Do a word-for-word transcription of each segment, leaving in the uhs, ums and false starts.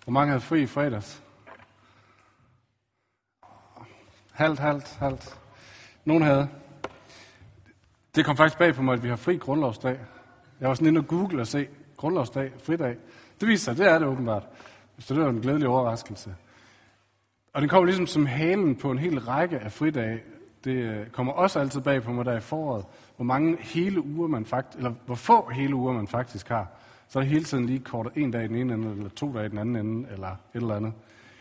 Hvor mange havde fri i fredags? Halvt, halvt, halvt. Nogen havde. Det kom faktisk bag på mig, at vi har fri grundlovsdag. Jeg var sådan inde og google og se grundlovsdag, fridag. Det viser sig, det er det åbenbart. Så det var en glædelig overraskelse. Og den kommer ligesom som halen på en hel række af fridage. Det kommer også altid bag på mig der i foråret, hvor mange hele uger man faktisk, eller hvor få hele uger man faktisk har. Så er det hele tiden lige kortet en dag i den ene ende, eller to dage i den anden ende, eller et eller andet.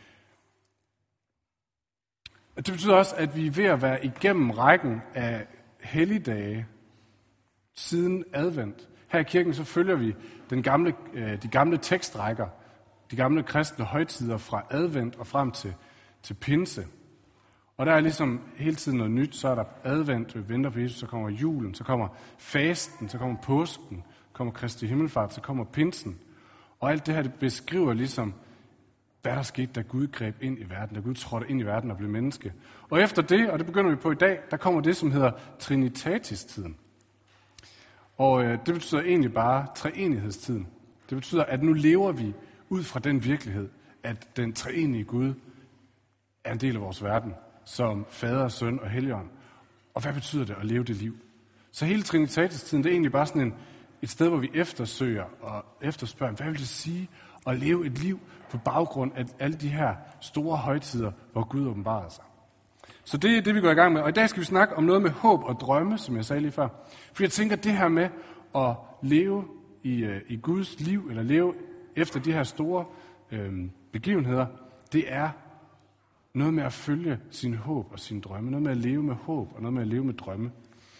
Det betyder også, at vi er ved at være igennem rækken af helligdage siden advent. Her i kirken så følger vi den gamle, de gamle tekstrækker, de gamle kristne højtider fra advent og frem til, til pinse. Og der er ligesom hele tiden noget nyt. Så er der advent, vi venter på Jesus, så kommer julen, så kommer fasten, så kommer påsken, så kommer Kristi himmelfart, så kommer pinsen. Og alt det her det beskriver ligesom, hvad der skete, da Gud greb ind i verden, da Gud trådte ind i verden og blev menneske. Og efter det, og det begynder vi på i dag, der kommer det, som hedder Trinitatis-tiden. Og øh, det betyder egentlig bare treenighedstiden. Det betyder, at nu lever vi ud fra den virkelighed, at den treenige Gud er en del af vores verden, som fader, søn og helligånd. Og hvad betyder det at leve det liv? Så hele Trinitatis-tiden, det er egentlig bare sådan en, et sted, hvor vi eftersøger og efterspørger, hvad vil det sige at leve et liv på baggrund af alle de her store højtider, hvor Gud åbenbarer sig. Så det er det, vi går i gang med. Og i dag skal vi snakke om noget med håb og drømme, som jeg sagde lige før. For jeg tænker, at det her med at leve i, i Guds liv, eller leve efter de her store øh, begivenheder, det er noget med at følge sin håb og sin drømme. Noget med at leve med håb og noget med at leve med drømme.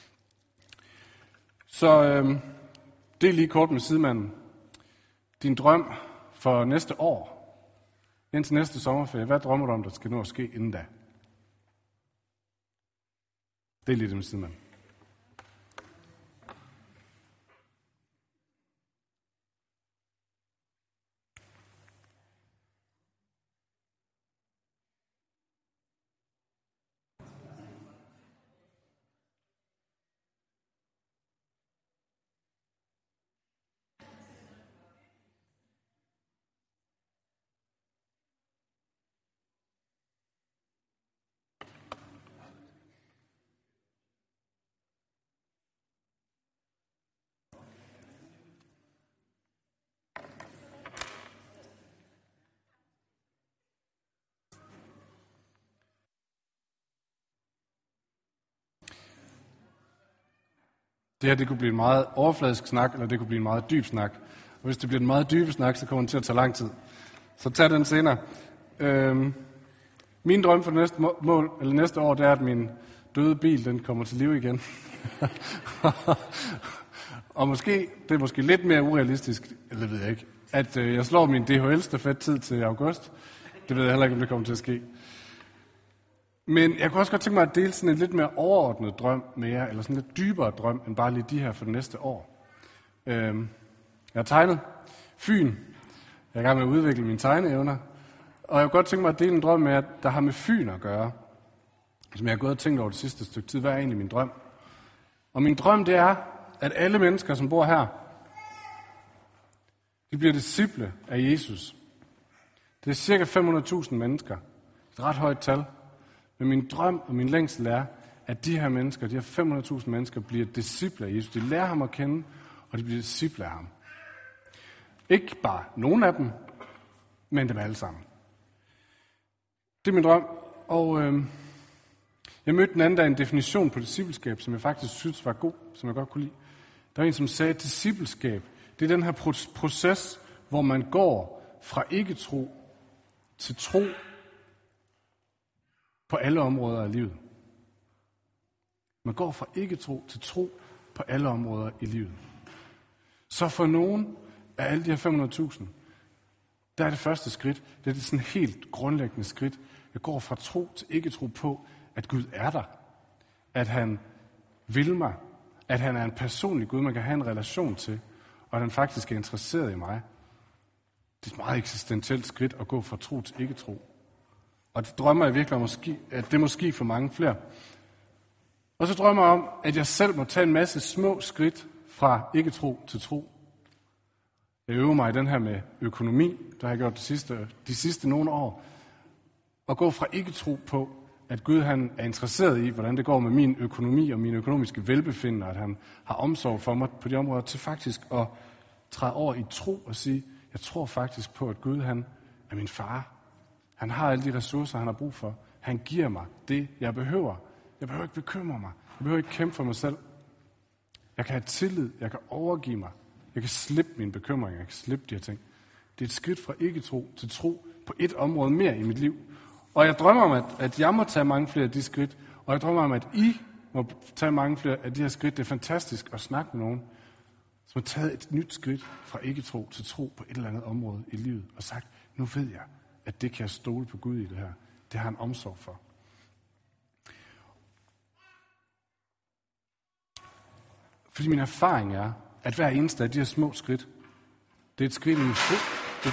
Så øh, det er lige kort med sidemanden. Din drøm for næste år, indtil næste sommerferie, hvad drømmer du om, der skal nå at ske inden da? Det er lige det med sidemanden. Det her det kunne blive en meget overfladisk snak, eller det kunne blive en meget dyb snak. Og hvis det bliver en meget dyb snak, så kommer det til at tage lang tid. Så tag den senere. Øhm, min drøm for det næste, mål, eller næste år, det er, at min døde bil den kommer til live igen. Og måske, det er måske lidt mere urealistisk, eller det ved jeg ikke, at øh, jeg slår min D H L-stafet-tid til august. Det ved jeg heller ikke, om det kommer til at ske. Men jeg kunne også godt tænke mig at dele sådan en lidt mere overordnet drøm med jer, eller sådan en lidt dybere drøm, end bare lige de her for det næste år. Øhm, jeg har tegnet Fyn. Jeg er i gang med at udvikle mine tegneevner. Og jeg kunne godt tænke mig at dele en drøm med jer, der har med Fyn at gøre. Som jeg har gået og tænkt over det sidste stykke tid. Hvad er egentlig min drøm? Og min drøm, det er, at alle mennesker, som bor her, de bliver disciple af Jesus. Det er cirka fem hundrede tusind mennesker. Et ret højt tal. Men min drøm og min længsel er, at de her mennesker, de her fem hundrede tusind mennesker, bliver disciple af Jesus. De lærer ham at kende, og de bliver disciple af ham. Ikke bare nogen af dem, men dem alle sammen. Det er min drøm. Og øh, jeg mødte den anden dag en definition på discipleskab, som jeg faktisk synes var god, som jeg godt kunne lide. Der var en, som sagde, at discipleskab, det er den her proces, hvor man går fra ikke-tro til tro, på alle områder af livet. Man går fra ikke-tro til tro på alle områder i livet. Så for nogen af alle de her fem hundrede tusind, der er det første skridt, det er det sådan helt grundlæggende skridt. Jeg går fra tro til ikke-tro på, at Gud er der. At han vil mig. At han er en personlig Gud, man kan have en relation til. Og at han faktisk er interesseret i mig. Det er et meget eksistentielt skridt at gå fra tro til ikke-tro. Og det drømmer jeg virkelig om, at det må ske for mange flere. Og så drømmer jeg om, at jeg selv må tage en masse små skridt fra ikke-tro til tro. Jeg øver mig i den her med økonomi, der har jeg gjort de sidste, de sidste nogle år. Og gå fra ikke tro på, at Gud han er interesseret i, hvordan det går med min økonomi og min økonomiske velbefindende, at han har omsorg for mig på de områder, til faktisk at træde over i tro og sige, jeg tror faktisk på, at Gud han er min far. Han har alle de ressourcer, han har brug for. Han giver mig det, jeg behøver. Jeg behøver ikke bekymre mig. Jeg behøver ikke kæmpe for mig selv. Jeg kan have tillid. Jeg kan overgive mig. Jeg kan slippe mine bekymringer. Jeg kan slippe de her ting. Det er et skridt fra ikke-tro til tro på et område mere i mit liv. Og jeg drømmer om, at, at jeg må tage mange flere af de skridt. Og jeg drømmer om, at I må tage mange flere af de her skridt. Det er fantastisk at snakke med nogen, som har taget et nyt skridt fra ikke-tro til tro på et eller andet område i livet. Og sagt, nu ved jeg, at det kan jeg stole på Gud i det her. Det har han omsorg for. Fordi min erfaring er, at hver eneste af de her små skridt, det er et skridt ud i fri. Det,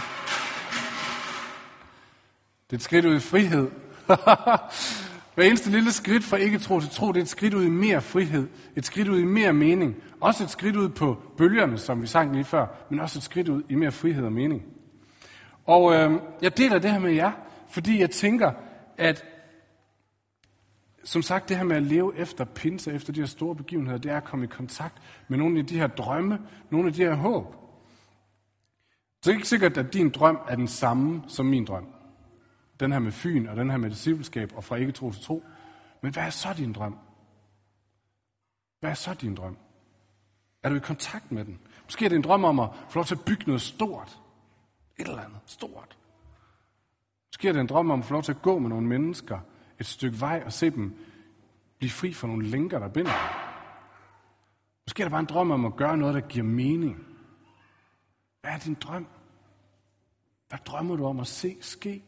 det er et skridt ud i frihed. Hver eneste lille skridt fra ikke-tro til tro, det er et skridt ud i mere frihed. Et skridt ud i mere mening. Også et skridt ud på bølgerne, som vi sang lige før, men også et skridt ud i mere frihed og mening. Og øh, jeg deler det her med jer, fordi jeg tænker, at som sagt, det her med at leve efter pinse, efter de her store begivenheder, det er at komme i kontakt med nogle af de her drømme, nogle af de her håb. Så det er ikke sikkert, at din drøm er den samme som min drøm. Den her med Fyn, og den her med discipleskab, og fra ikke tro til tro. Men hvad er så din drøm? Hvad er så din drøm? Er du i kontakt med den? Måske er det en drøm om at få lov til at bygge noget stort. Et eller andet stort. Måske er det en drøm om at få lov til at gå med nogle mennesker et stykke vej og se dem blive fri fra nogle lænker, der binder dem. Måske er det bare en drøm om at gøre noget, der giver mening. Hvad er din drøm? Hvad drømmer du om at se ske?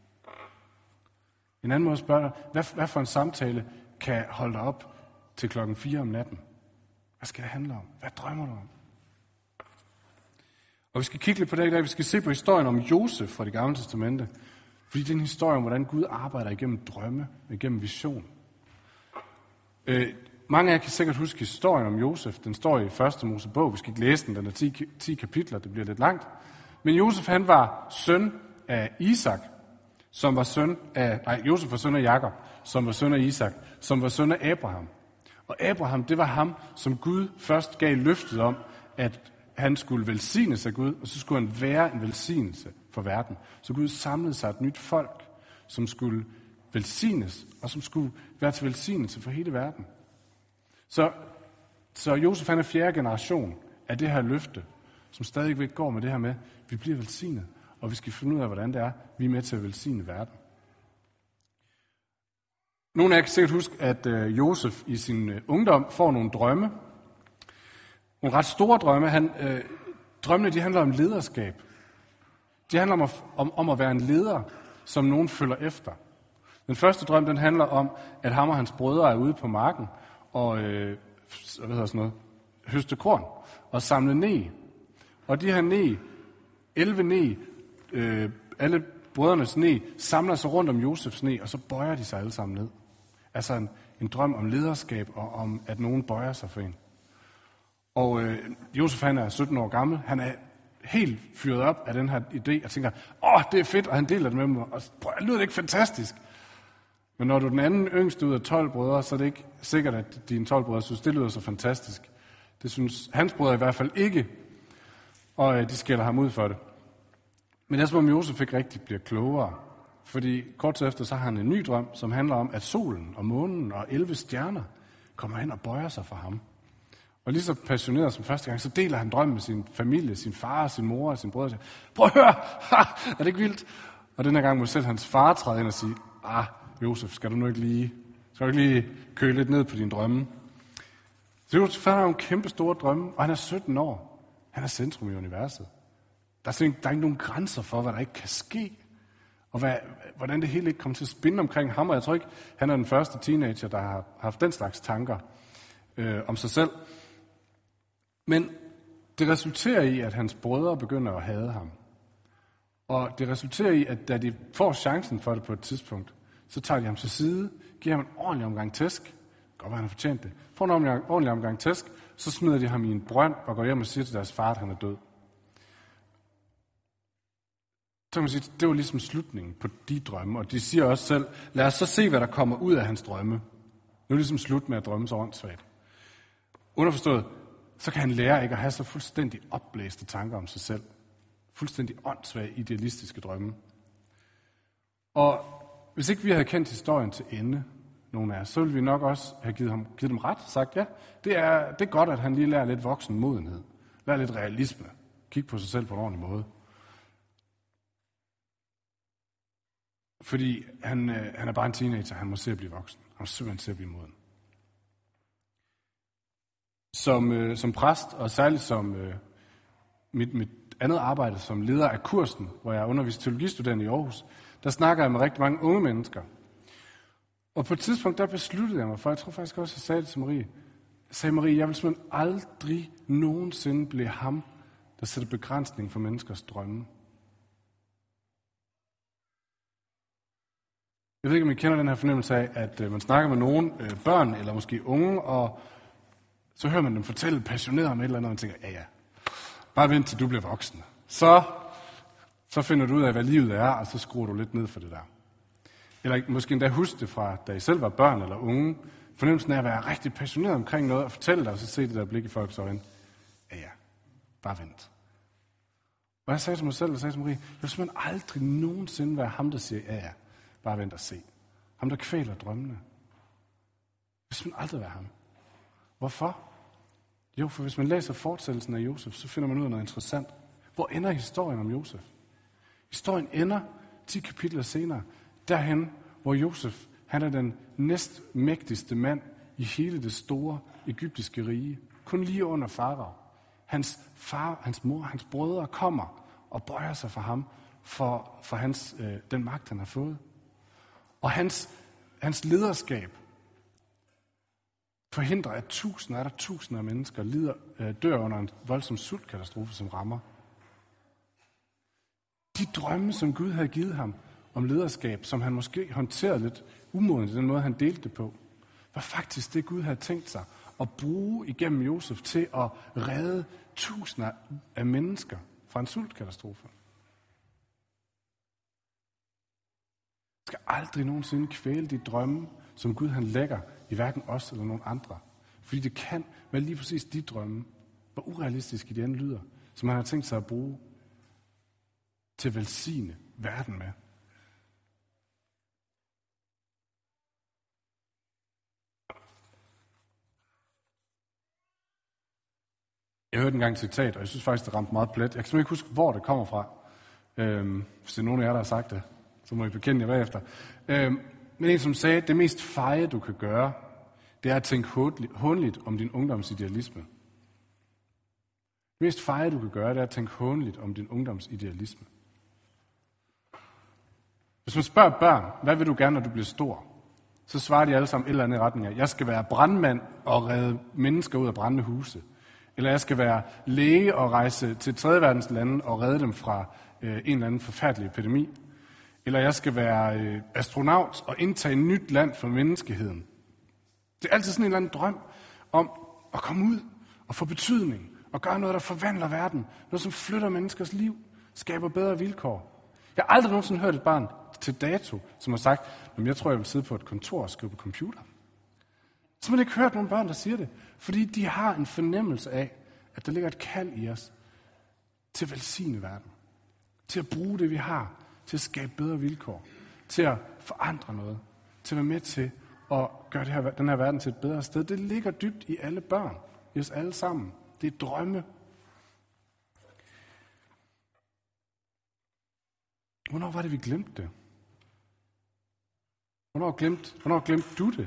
En anden måde at spørge dig, hvad, hvad for en samtale kan holde dig op til klokken fire om natten? Hvad skal det handle om? Hvad drømmer du om? Og vi skal kigge lidt på det i dag. Vi skal se på historien om Josef fra Det Gamle Testamente. Fordi det er en historie om, hvordan Gud arbejder igennem drømme, igennem vision. Øh, mange af jer kan sikkert huske historien om Josef. Den står i første Mosebog. Vi skal ikke læse den. Den er ti, ti kapitler. Det bliver lidt langt. Men Josef, han var søn af Isak, som var søn af... Nej, Josef var søn af Jakob, som var søn af Isak, som var søn af Abraham. Og Abraham, det var ham, som Gud først gav løftet om, at han skulle velsignes af Gud, og så skulle han være en velsignelse for verden. Så Gud samlede sig et nyt folk, som skulle velsignes, og som skulle være til velsignelse for hele verden. Så, så Josef, han er fjerde generation af det her løfte, som stadigvæk går med det her med, vi bliver velsignet, og vi skal finde ud af, hvordan det er, vi er med til at velsigne verden. Nogle af jer kan sikkert huske, at øh, Josef i sin øh, ungdom får nogle drømme. Nogle ret store drømme. Han, øh, drømmene de handler om lederskab. De handler om at, om, om at være en leder, som nogen følger efter. Den første drøm, den handler om, at ham og hans brødre er ude på marken og øh, hvad hedder sådan noget, høste korn og samle ne. Og de her ne, elleve ne, øh, alle brødrenes ne, samler sig rundt om Josefs ne, og så bøjer de sig alle sammen ned. Altså en, en drøm om lederskab og om, at nogen bøjer sig for en. Og øh, Josef, han er sytten år gammel. Han er helt fyret op af den her idé og tænker, åh, det er fedt, og han deler det med dem. Og prøv, lyder det ikke fantastisk? Men når du er den anden yngste ud af tolv brødre, så er det ikke sikkert, at dine tolv brødre synes, det lyder så fantastisk. Det synes hans brødre i hvert fald ikke, og øh, de skælder ham ud for det. Men det er som om Josef ikke rigtig bliver klogere. Fordi kort tid efter, så har han en ny drøm, som handler om, at solen og månen og elleve stjerner kommer hen og bøjer sig for ham. Og lige så passioneret som første gang, så deler han drømmen med sin familie, sin far, sin mor og sin brødre. Prøv at høre, ha, er det ikke vildt? Og den her gang må selv hans far træde ind og sige, ah, Josef, skal du nu ikke lige, skal du ikke lige køle lidt ned på dine drømme? Så Josef har en kæmpe store drømme, og han er sytten år. Han er centrum i universet. Der er, der er ikke nogen grænser for, hvad der ikke kan ske. Og hvad, hvordan det hele ikke kommer til at spinde omkring ham. Og jeg tror ikke, han er den første teenager, der har haft den slags tanker øh, om sig selv. Men det resulterer i, at hans brødre begynder at hade ham. Og det resulterer i, at da de får chancen for det på et tidspunkt, så tager de ham til side, giver ham en ordentlig omgang tæsk. Godt, hvad han har fortjent det. Får en ordentlig, ordentlig omgang tæsk, så smider de ham i en brønd og går hjem og siger til deres far, at han er død. Så kan man sige, det var ligesom slutningen på de drømme, og de siger også selv, lad os så se, hvad der kommer ud af hans drømme. Nu er det ligesom slut med at drømme så åndssvagt. Underforstået, så kan han lære ikke at have så fuldstændig opblæste tanker om sig selv. Fuldstændig åndssvage, idealistiske drømme. Og hvis ikke vi havde kendt historien til ende, nogle af os, så ville vi nok også have givet, ham, givet dem ret, sagt ja, det er, det er godt, at han lige lærer lidt voksen modenhed. Lærer lidt realisme. Kig på sig selv på en ordentlig måde. Fordi han, øh, han er bare en teenager, han må se at blive voksen. Han må simpelthen se at blive moden. Som, øh, som præst, og særligt som øh, mit, mit andet arbejde som leder af kursen, hvor jeg underviser teologistudent i Aarhus, der snakker jeg med rigtig mange unge mennesker. Og på et tidspunkt, der besluttede jeg mig for, jeg tror faktisk også, jeg sagde det til Marie. Jeg sagde, Marie, jeg vil simpelthen aldrig nogensinde blive ham, der sætter begrænsning for menneskers drømme. Jeg ved ikke, om I kender den her fornemmelse af, at øh, man snakker med nogen, øh, børn eller måske unge, og så hører man dem fortælle passioneret om et eller andet, og man tænker, ja ja, bare vent til du bliver voksen. Så, så finder du ud af, hvad livet er, og så skruer du lidt ned for det der. Eller måske endda huske det fra, da I selv var børn eller unge. Fornemmelsen af at være rigtig passioneret omkring noget, og fortælle dig, og så se det der blik i folks øjne. Ja ja, bare vent. Og jeg sagde til mig selv, og sagde til Marie, jeg vil simpelthen aldrig nogensinde være ham, der siger, ja ja, bare vent og se. Ham, der kvæler drømmene. Jeg vil simpelthen aldrig være ham. Hvorfor? Jo, for hvis man læser fortsættelsen af Josef, så finder man ud af noget interessant. Hvor ender historien om Josef? Historien ender ti kapitler senere, derhen, hvor Josef, han er den næstmægtigste mand i hele det store egyptiske rige. Kun lige under farao. Hans far, hans mor, hans brødre kommer og bøjer sig for ham, for, for hans, øh, den magt, han har fået. Og hans, hans lederskab forhindrer, at tusinder, er der tusinder af mennesker lider, øh, dør under en voldsom sultkatastrofe, som rammer. De drømme, som Gud havde givet ham om lederskab, som han måske håndterede lidt umodent i den måde, han delte det på, var faktisk det, Gud havde tænkt sig at bruge igennem Josef til at redde tusinder af mennesker fra en sultkatastrofe. Du skal aldrig nogensinde kvæle de drømme, som Gud han lægger i hverken os eller nogen andre. Fordi det kan være lige præcis de drømme, hvor urealistiske de end lyder, som han har tænkt sig at bruge til at velsigne verden med. Jeg hørte engang et citat, og jeg synes faktisk, det ramte meget plet. Jeg kan simpelthen ikke huske, hvor det kommer fra. Øhm, hvis det er nogen af jer, der har sagt det, så må I bekende jer bagefter. Øhm, men en, som sagde, det mest feje, du kan gøre, det er at tænke hånligt om din ungdomsidealisme. Det mest feje, du kan gøre, det er at tænke hånligt om din ungdomsidealisme. Hvis man spørger børn, hvad vil du gerne, når du bliver stor? Så svarer de alle sammen et eller andet i retning af, jeg skal være brandmand og redde mennesker ud af brændende huse. Eller jeg skal være læge og rejse til tredje verdens lande og redde dem fra øh, en eller anden forfærdelig epidemi. Eller jeg skal være øh, astronaut og indtage et nyt land for menneskeheden. Det er altid sådan en eller anden drøm om at komme ud og få betydning og gøre noget, der forvandler verden. Noget, som flytter menneskers liv, skaber bedre vilkår. Jeg har aldrig nogensinde hørt et barn til dato, som har sagt, at jeg tror, jeg vil sidde på et kontor og skrive på computer. Så har man ikke hørt nogen børn, der siger det. Fordi de har en fornemmelse af, at der ligger et kald i os til at velsigne verden. Til at bruge det, vi har. Til at skabe bedre vilkår. Til at forandre noget. Til at være med til at gøre det her, den her verden til et bedre sted. Det ligger dybt i alle børn. I os alle sammen. Det er drømme. Hvornår var det, vi glemte det? Hvornår glemte, hvornår glemte du det?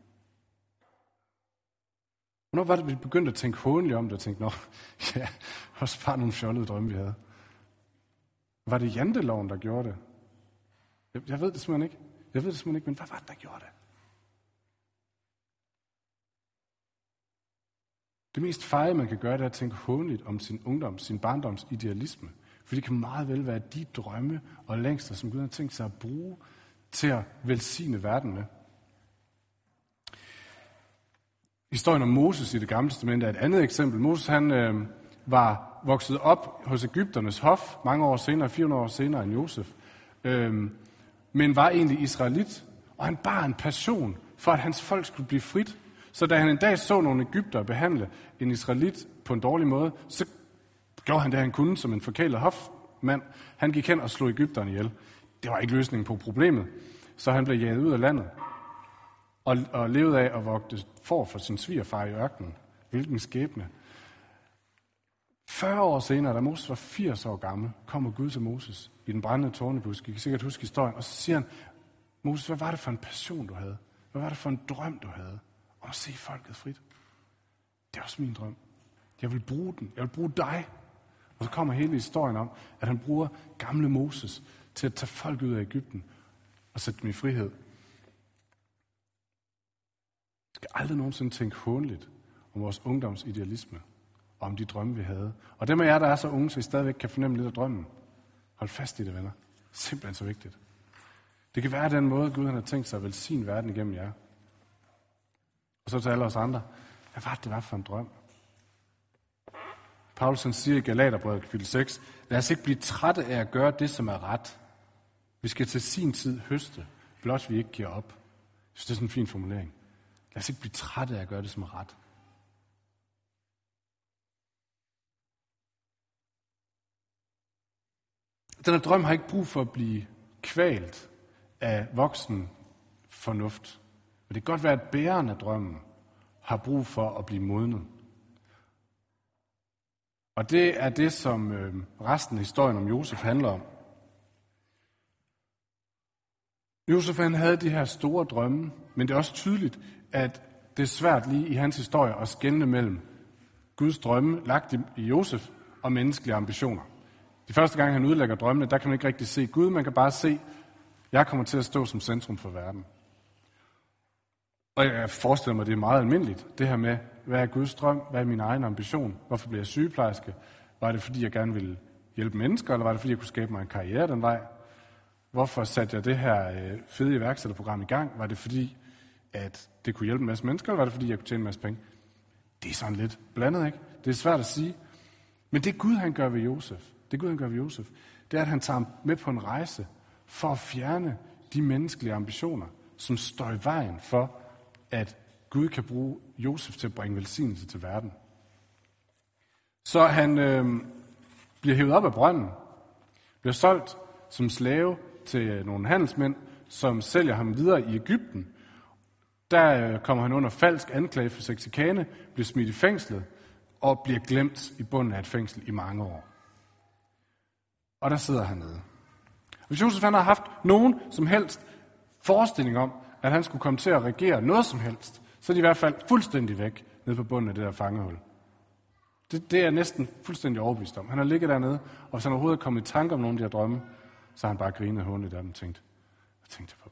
Hvornår var det, vi begyndte at tænke hånligt om det og tænkte, nå, ja, også bare nogle fjollede drømme, vi havde. Var det janteloven, der gjorde det? Jeg, jeg ved det simpelthen ikke. Jeg ved det simpelthen ikke, men hvad var det, der gjorde det? Det mest feje, man kan gøre, det er at tænke hånligt om sin ungdoms, sin barndoms idealisme. For det kan meget vel være de drømme og længsler, som Gud har tænkt sig at bruge til at velsigne verden med. Historien om Moses i Det Gamle Testamente er et andet eksempel. Moses han, øh, var vokset op hos Egypternes hof, mange år senere, fire hundrede år senere end Josef, øhm, men var egentlig israelit, og han bar en passion for, at hans folk skulle blive frit. Så da han en dag så nogle egyptere behandle en israelit på en dårlig måde, så gjorde han det, han kunne som en forkælet hofmand. Han gik hen og slog egypterne ihjel. Det var ikke løsningen på problemet, så han blev jaget ud af landet og, og levede af at vogte får for sin svigerfar i ørkenen. Hvilken skæbne. fyrre år senere, da Moses var firs år gammel, kommer Gud til Moses i den brændende tornebusk. I kan sikkert huske historien. Og så siger han, Moses, hvad var det for en passion, du havde? Hvad var det for en drøm, du havde? Om at se folket frit. Det er også min drøm. Jeg vil bruge den. Jeg vil bruge dig. Og så kommer hele historien om, at han bruger gamle Moses til at tage folk ud af Egypten og sætte dem i frihed. Jeg skal aldrig nogensinde tænke hånligt om vores ungdomsidealisme og om de drømme, vi havde. Og dem af jer, der er så unge, så I stadigvæk kan fornemme lidt af drømmen. Hold fast i det, venner. Simpelthen så vigtigt. Det kan være den måde, Gud han har tænkt sig at velsigne verden igennem jer. Og så til alle os andre. Hvad var det, det var for en drøm? Paulus han siger i Galaterbrevet kapitel seks, lad os ikke blive trætte af at gøre det, som er ret. Vi skal til sin tid høste, blot vi ikke giver op. Så det er sådan en fin formulering. Lad os ikke blive trætte af at gøre det, som er ret. Den her drøm har ikke brug for at blive kvalt af voksen fornuft. Men det kan godt være, at bæreren af drømmen har brug for at blive modnet. Og det er det, som øh, resten af historien om Josef handler om. Josef han havde de her store drømme, men det er også tydeligt, at det er svært lige i hans historie at skelne mellem Guds drømme lagt i Josef og menneskelige ambitioner. De første gang han udlægger drømmene, der kan man ikke rigtig se Gud, man kan bare se, jeg kommer til at stå som centrum for verden. Og jeg forestiller mig, det er meget almindeligt, det her med, hvad er Guds drøm, hvad er min egen ambition, hvorfor bliver jeg sygeplejerske, var det fordi, jeg gerne ville hjælpe mennesker, eller var det fordi, jeg kunne skabe mig en karriere den vej? Hvorfor satte jeg det her øh, fede iværksætterprogram i gang? Var det fordi, at det kunne hjælpe en masse mennesker, eller var det fordi, jeg kunne tjene en masse penge? Det er sådan lidt blandet, ikke? Det er svært at sige. Men det Gud, han gør ved Josef, det Gud, han gør ved Josef, det er, at han tager ham med på en rejse for at fjerne de menneskelige ambitioner, som står i vejen for, at Gud kan bruge Josef til at bringe velsignelse til verden. Så han øh, bliver hævet op af brønden, bliver solgt som slave til nogle handelsmænd, som sælger ham videre i Egypten. Der øh, kommer han under falsk anklage for seksikane, bliver smidt i fængslet og bliver glemt i bunden af et fængsel i mange år. Og der sidder han nede. Hvis Josef han har haft nogen som helst forestilling om, at han skulle komme til at regere noget som helst, så er de i hvert fald fuldstændig væk nede på bunden af det der fangehul. Det, det er jeg næsten fuldstændig overbevist om. Han har ligget dernede, og hvis han overhovedet er kommet i tanke om nogle af de her drømme, så har han bare grinet håndligt af dem og tænkt, hvad tænkte jeg på?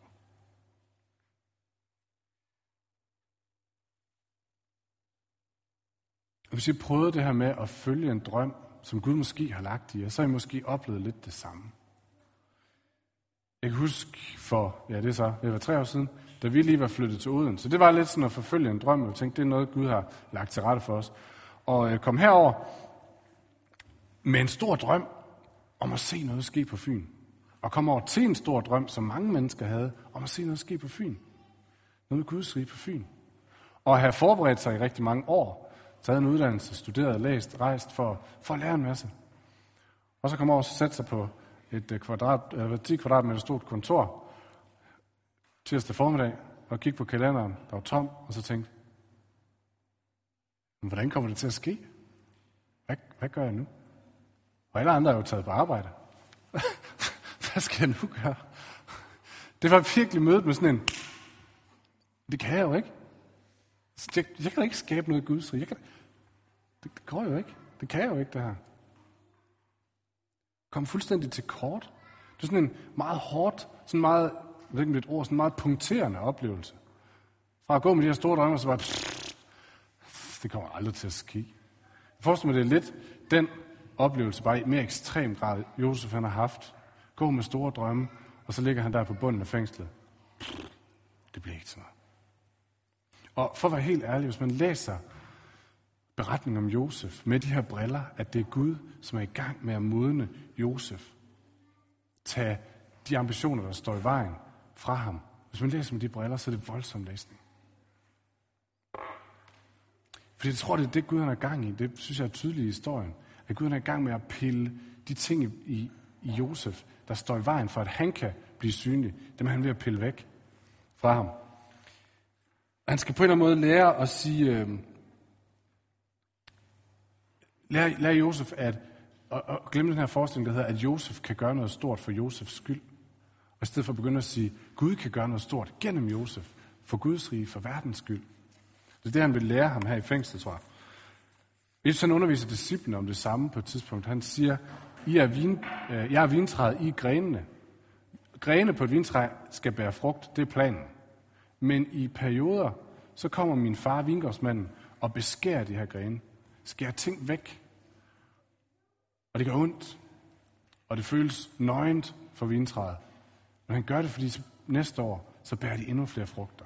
Og hvis I prøvede det her med at følge en drøm, som Gud måske har lagt i jer, så har I måske oplevet lidt det samme. Jeg kan huske for, ja det er så, det var tre år siden, da vi lige var flyttet til Odense. Så det var lidt sådan at forfølge en drøm, og jeg tænkte, det er noget, Gud har lagt til rette for os. Og jeg kom herover med en stor drøm om at se noget ske på Fyn. Og kom over til en stor drøm, som mange mennesker havde, om at se noget ske på Fyn. Noget med Guds rige på Fyn. Og at have forberedt sig i rigtig mange år, taget en uddannelse, studeret, læst, rejst for, for at lære en masse. Og så kom over og sætte sig på et kvadrat, øh, ti kvadratmeter stort kontor tirsdag formiddag, og kigge på kalenderen, der var tom, og så tænkte, men hvordan kommer det til at ske? Hvad, hvad gør jeg nu? Og alle andre er jo taget på arbejde. Hvad skal jeg nu gøre? Det var virkelig mødet med sådan en, det kan jeg jo ikke. Jeg, jeg kan ikke skabe noget Guds rige. Jeg kan, det, det går jo ikke. Det kan jeg jo ikke, det her. Kom fuldstændig til kort. Det er sådan en meget hårdt, sådan meget, jeg ved ikke om det er et ord, sådan en meget punkterende oplevelse. Fra at gå med de her store drømme, så bare, pff, det kommer aldrig til at ske. Jeg forestiller mig, det er lidt den oplevelse, bare i mere ekstrem grad, Josef han har haft. Gå med store drømme, og så ligger han der på bunden af fængslet. Pff, det bliver ikke sådan noget. Og for at være helt ærlig, hvis man læser beretning om Josef med de her briller, at det er Gud, som er i gang med at modne Josef. Tag de ambitioner, der står i vejen fra ham. Hvis man læser med de briller, så er det voldsom læsning. Fordi jeg tror, det er det, Gud han er i gang i. Det synes jeg er tydeligt i historien. At Gud han er i gang med at pille de ting i, i, i Josef, der står i vejen for, at han kan blive synlig. Dem er han ved at pille væk fra ham. Han skal på en eller anden måde lære at sige, øh, lære, lære Josef at og, og glemme den her forestilling, der hedder, at Josef kan gøre noget stort for Josefs skyld. Og i stedet for at begynde at sige, Gud kan gøre noget stort gennem Josef, for Guds rige, for verdens skyld. Det er det, han vil lære ham her i fængslet, tror jeg. Jesus han underviser disciplene om det samme på et tidspunkt. Han siger, I er vin, øh, jeg er vintræet, I er grenene. Grene på et vintræ skal bære frugt, det er planen. Men i perioder, så kommer min far, vingårdsmanden, og beskærer de her grene. Skærer ting væk. Og det gør ondt. Og det føles nøgent for vintræet. Men han gør det, fordi næste år, så bærer de endnu flere frugter.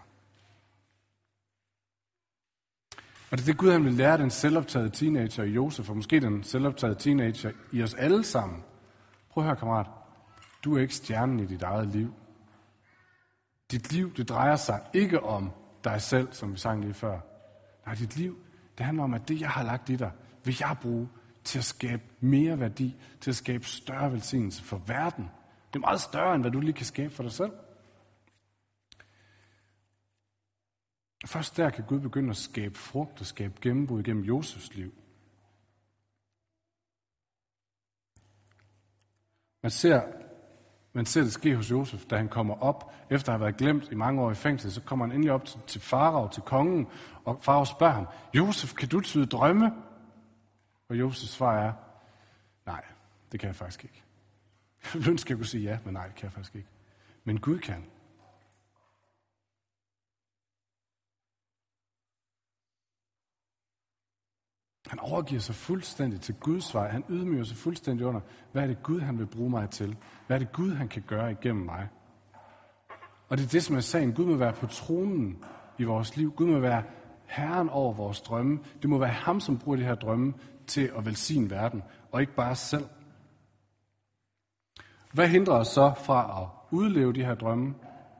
Og det er det, Gud han vil lære den selvoptagede teenager i Josef, og måske den selvoptagede teenager i os alle sammen. Prøv at høre, kammerat. Du er ikke stjernen i dit eget liv. Dit liv, det drejer sig ikke om dig selv, som vi sang lige før. Nej, dit liv, det handler om, at det, jeg har lagt i dig, vil jeg bruge til at skabe mere værdi, til at skabe større velsignelse for verden. Det er meget større, end hvad du lige kan skabe for dig selv. Først der kan Gud begynde at skabe frugt og skabe gennembrud igennem Josefs liv. Man ser, man ser det ske hos Josef, da han kommer op, efter at have været glemt i mange år i fængsel, så kommer han endelig op til, til farao, til kongen, og farao spørger ham, Josef, kan du tyde drømme? Og Josefs svar er, nej, det kan jeg faktisk ikke. Jeg ville ønske, jeg kunne sige ja, men nej, det kan jeg faktisk ikke. Men Gud kan. Han overgiver sig fuldstændig til Guds vej. Han ydmyger sig fuldstændig under, hvad er det Gud, han vil bruge mig til? Hvad er det Gud, han kan gøre igennem mig? Og det er det, som jeg sagde, Gud må være på tronen i vores liv. Gud må være herren over vores drømme. Det må være ham, som bruger de her drømme til at velsigne verden, og ikke bare os selv. Hvad hindrer os så fra at udleve de her drømme?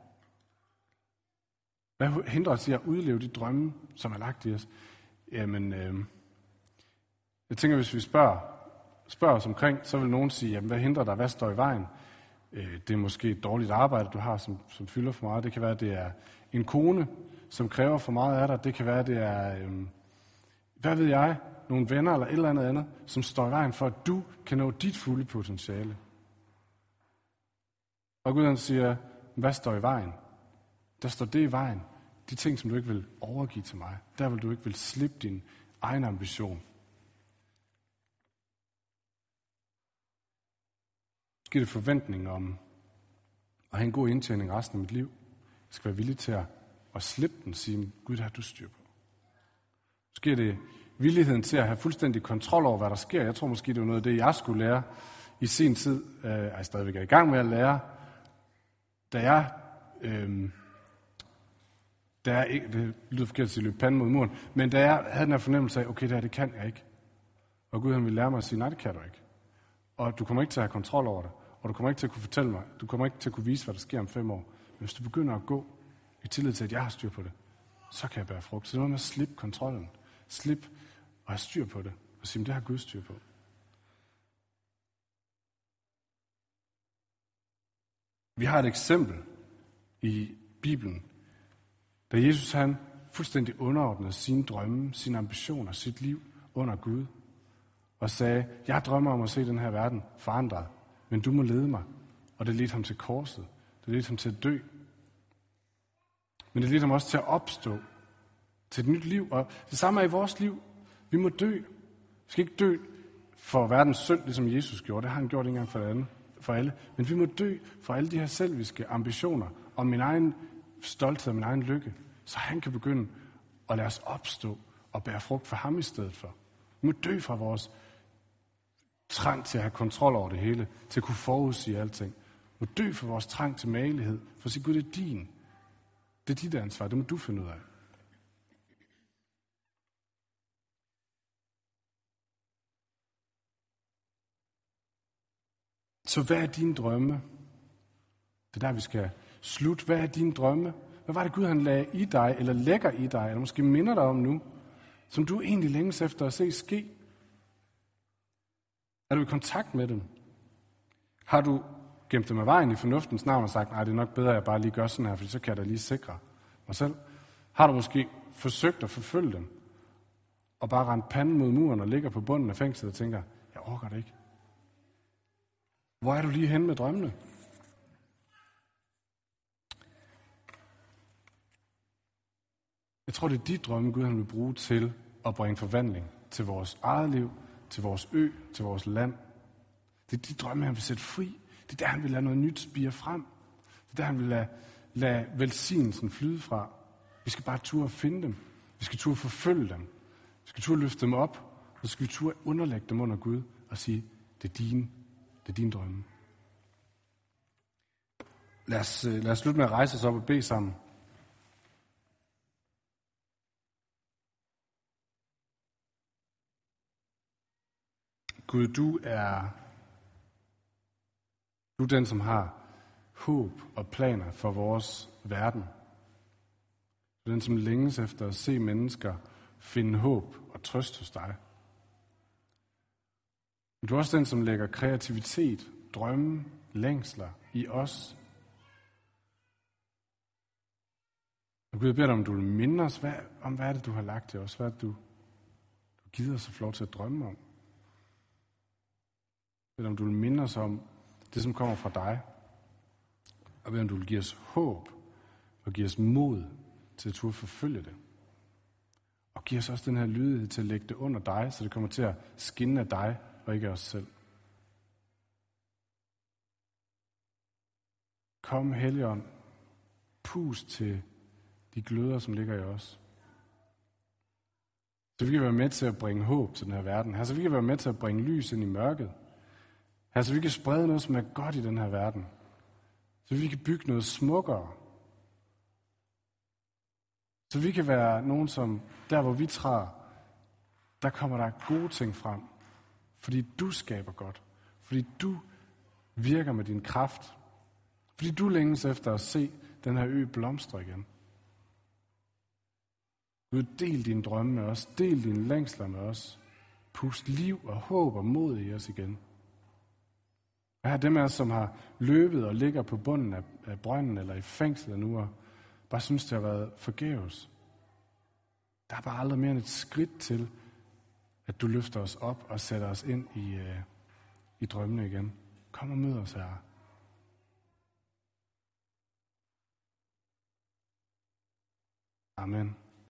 Hvad hindrer os i at udleve de drømme, som er lagt i os? Jamen, øh, jeg tænker, hvis vi spørger, spørger os omkring, så vil nogen sige, jamen, hvad hindrer dig? Hvad står i vejen? Øh, det er måske et dårligt arbejde, du har, som, som fylder for meget. Det kan være, det er en kone, som kræver for meget af dig. Det kan være, det er, øh, hvad ved jeg, nogle venner eller et eller andet andet, som står i vejen for, at du kan nå dit fulde potentiale. Og Gud han siger, hvad står i vejen? Der står det i vejen. De ting, som du ikke vil overgive til mig. Der vil du ikke vil slippe din egen ambition. Giv det forventning om at have en god indtjening resten af mit liv. Jeg skal være villig til at, at slippe den og sige, Gud, det har du styr på. Så giver det villigheden til at have fuldstændig kontrol over, hvad der sker. Jeg tror måske, det var noget af det, jeg skulle lære i sin tid. Øh, jeg stadigvæk er i gang med at lære. Da jeg, øh, da jeg ikke, det lyder forkert at sige, løb panden mod muren, men da jeg havde den her fornemmelse af, okay, det her, det kan jeg ikke. Og Gud han ville lære mig at sige, nej, det kan du ikke. Og du kommer ikke til at have kontrol over det. Og du kommer ikke til at kunne fortælle mig, du kommer ikke til at kunne vise, hvad der sker om fem år. Men hvis du begynder at gå i tillid til, at jeg har styr på det, så kan jeg bære frugt. Så det er noget med at slippe kontrollen. Slip og have styr på det. Og sige, det har Gud styr på. Vi har et eksempel i Bibelen, da Jesus han fuldstændig underordnede sine drømme, sine ambitioner, sit liv under Gud. Og sagde, jeg drømmer om at se den her verden forandret, men du må lede mig. Og det ledte ham til korset. Det ledte ham til at dø. Men det ledte ham også til at opstå. Til et nyt liv. Og det samme er i vores liv. Vi må dø. Vi skal ikke dø for verdens synd, ligesom Jesus gjorde. Det har han gjort ikke engang for, andet, for alle. Men vi må dø for alle de her selviske ambitioner om min egen stolthed og min egen lykke. Så han kan begynde at lade os opstå og bære frugt for ham i stedet for. Vi må dø fra vores trang til at have kontrol over det hele, til at kunne forudsige alting. Vi må dø for vores trang til magelighed, for at sige, Gud, det er din. Det er dit ansvar, det må du finde ud af. Så hvad er dine drømme? Det er der, vi skal slutte. Hvad er dine drømme? Hvad var det Gud, han lagde i dig, eller lægger i dig, eller måske minder dig om nu, som du egentlig længes efter at se ske? Er du i kontakt med dem? Har du gemt dem af vejen i fornuftens navn og sagt, nej, det er nok bedre, at jeg bare lige gør sådan her, for så kan jeg da lige sikre mig selv? Har du måske forsøgt at forfølge dem, og bare rendt panden mod muren og ligger på bunden af fængslet og tænker, jeg orker det ikke? Hvor er du lige hen med drømmene? Jeg tror, det er de drømme, Gud han vil bruge til at bringe forvandling til vores eget liv, til vores ø, til vores land. Det er de drømme, han vil sætte fri. Det er der, han vil lade noget nyt spire frem. Det er der, han vil lade, lade velsignelsen flyde fra. Vi skal bare turde finde dem. Vi skal turde forfølge dem. Vi skal turde løfte dem op. Og så skal vi turde underlægge dem under Gud og sige, det er dine, det er dine drømme. Lad os, lad os slutte med at rejse os op og bede sammen. Gud, du er, du er den, som har håb og planer for vores verden. Du er den, som længes efter at se mennesker finde håb og trøst hos dig. Du er også den, som lægger kreativitet, drømme, længsler i os. Og Gud, jeg beder dig, om du vil minde os, hvad, om hvad er det, du har lagt til os? Hvad er det, du, du giver os at få lov til at drømme om? Jeg beder dig, om du vil minde os om det, som kommer fra dig. Og jeg beder dig, om du vil give os håb og give os mod til at turde forfølge det. Og giv os også den her lydighed til at lægge det under dig, så det kommer til at skinne af dig og ikke af os selv. Kom, Helligånd, pust til de gløder, som ligger i os. Så vi kan være med til at bringe håb til den her verden. Her, så vi kan være med til at bringe lys ind i mørket. Her, så vi kan sprede noget, som er godt i den her verden. Så vi kan bygge noget smukkere. Så vi kan være nogen, som der, hvor vi træder, der kommer der gode ting frem. Fordi du skaber godt. Fordi du virker med din kraft. Fordi du længes efter at se den her ø blomstre igen. Gud, del dine drømme med os. Del dine længsler med os. Pust liv og håb og mod i os igen. Og her er dem af os, som har løbet og ligger på bunden af, af brønden eller i fængslet nu, og bare synes, det har været forgæves. Der er bare aldrig mere end et skridt til, at du løfter os op og sætter os ind i, øh, i drømmene igen. Kom og mød os, Herre. Amen.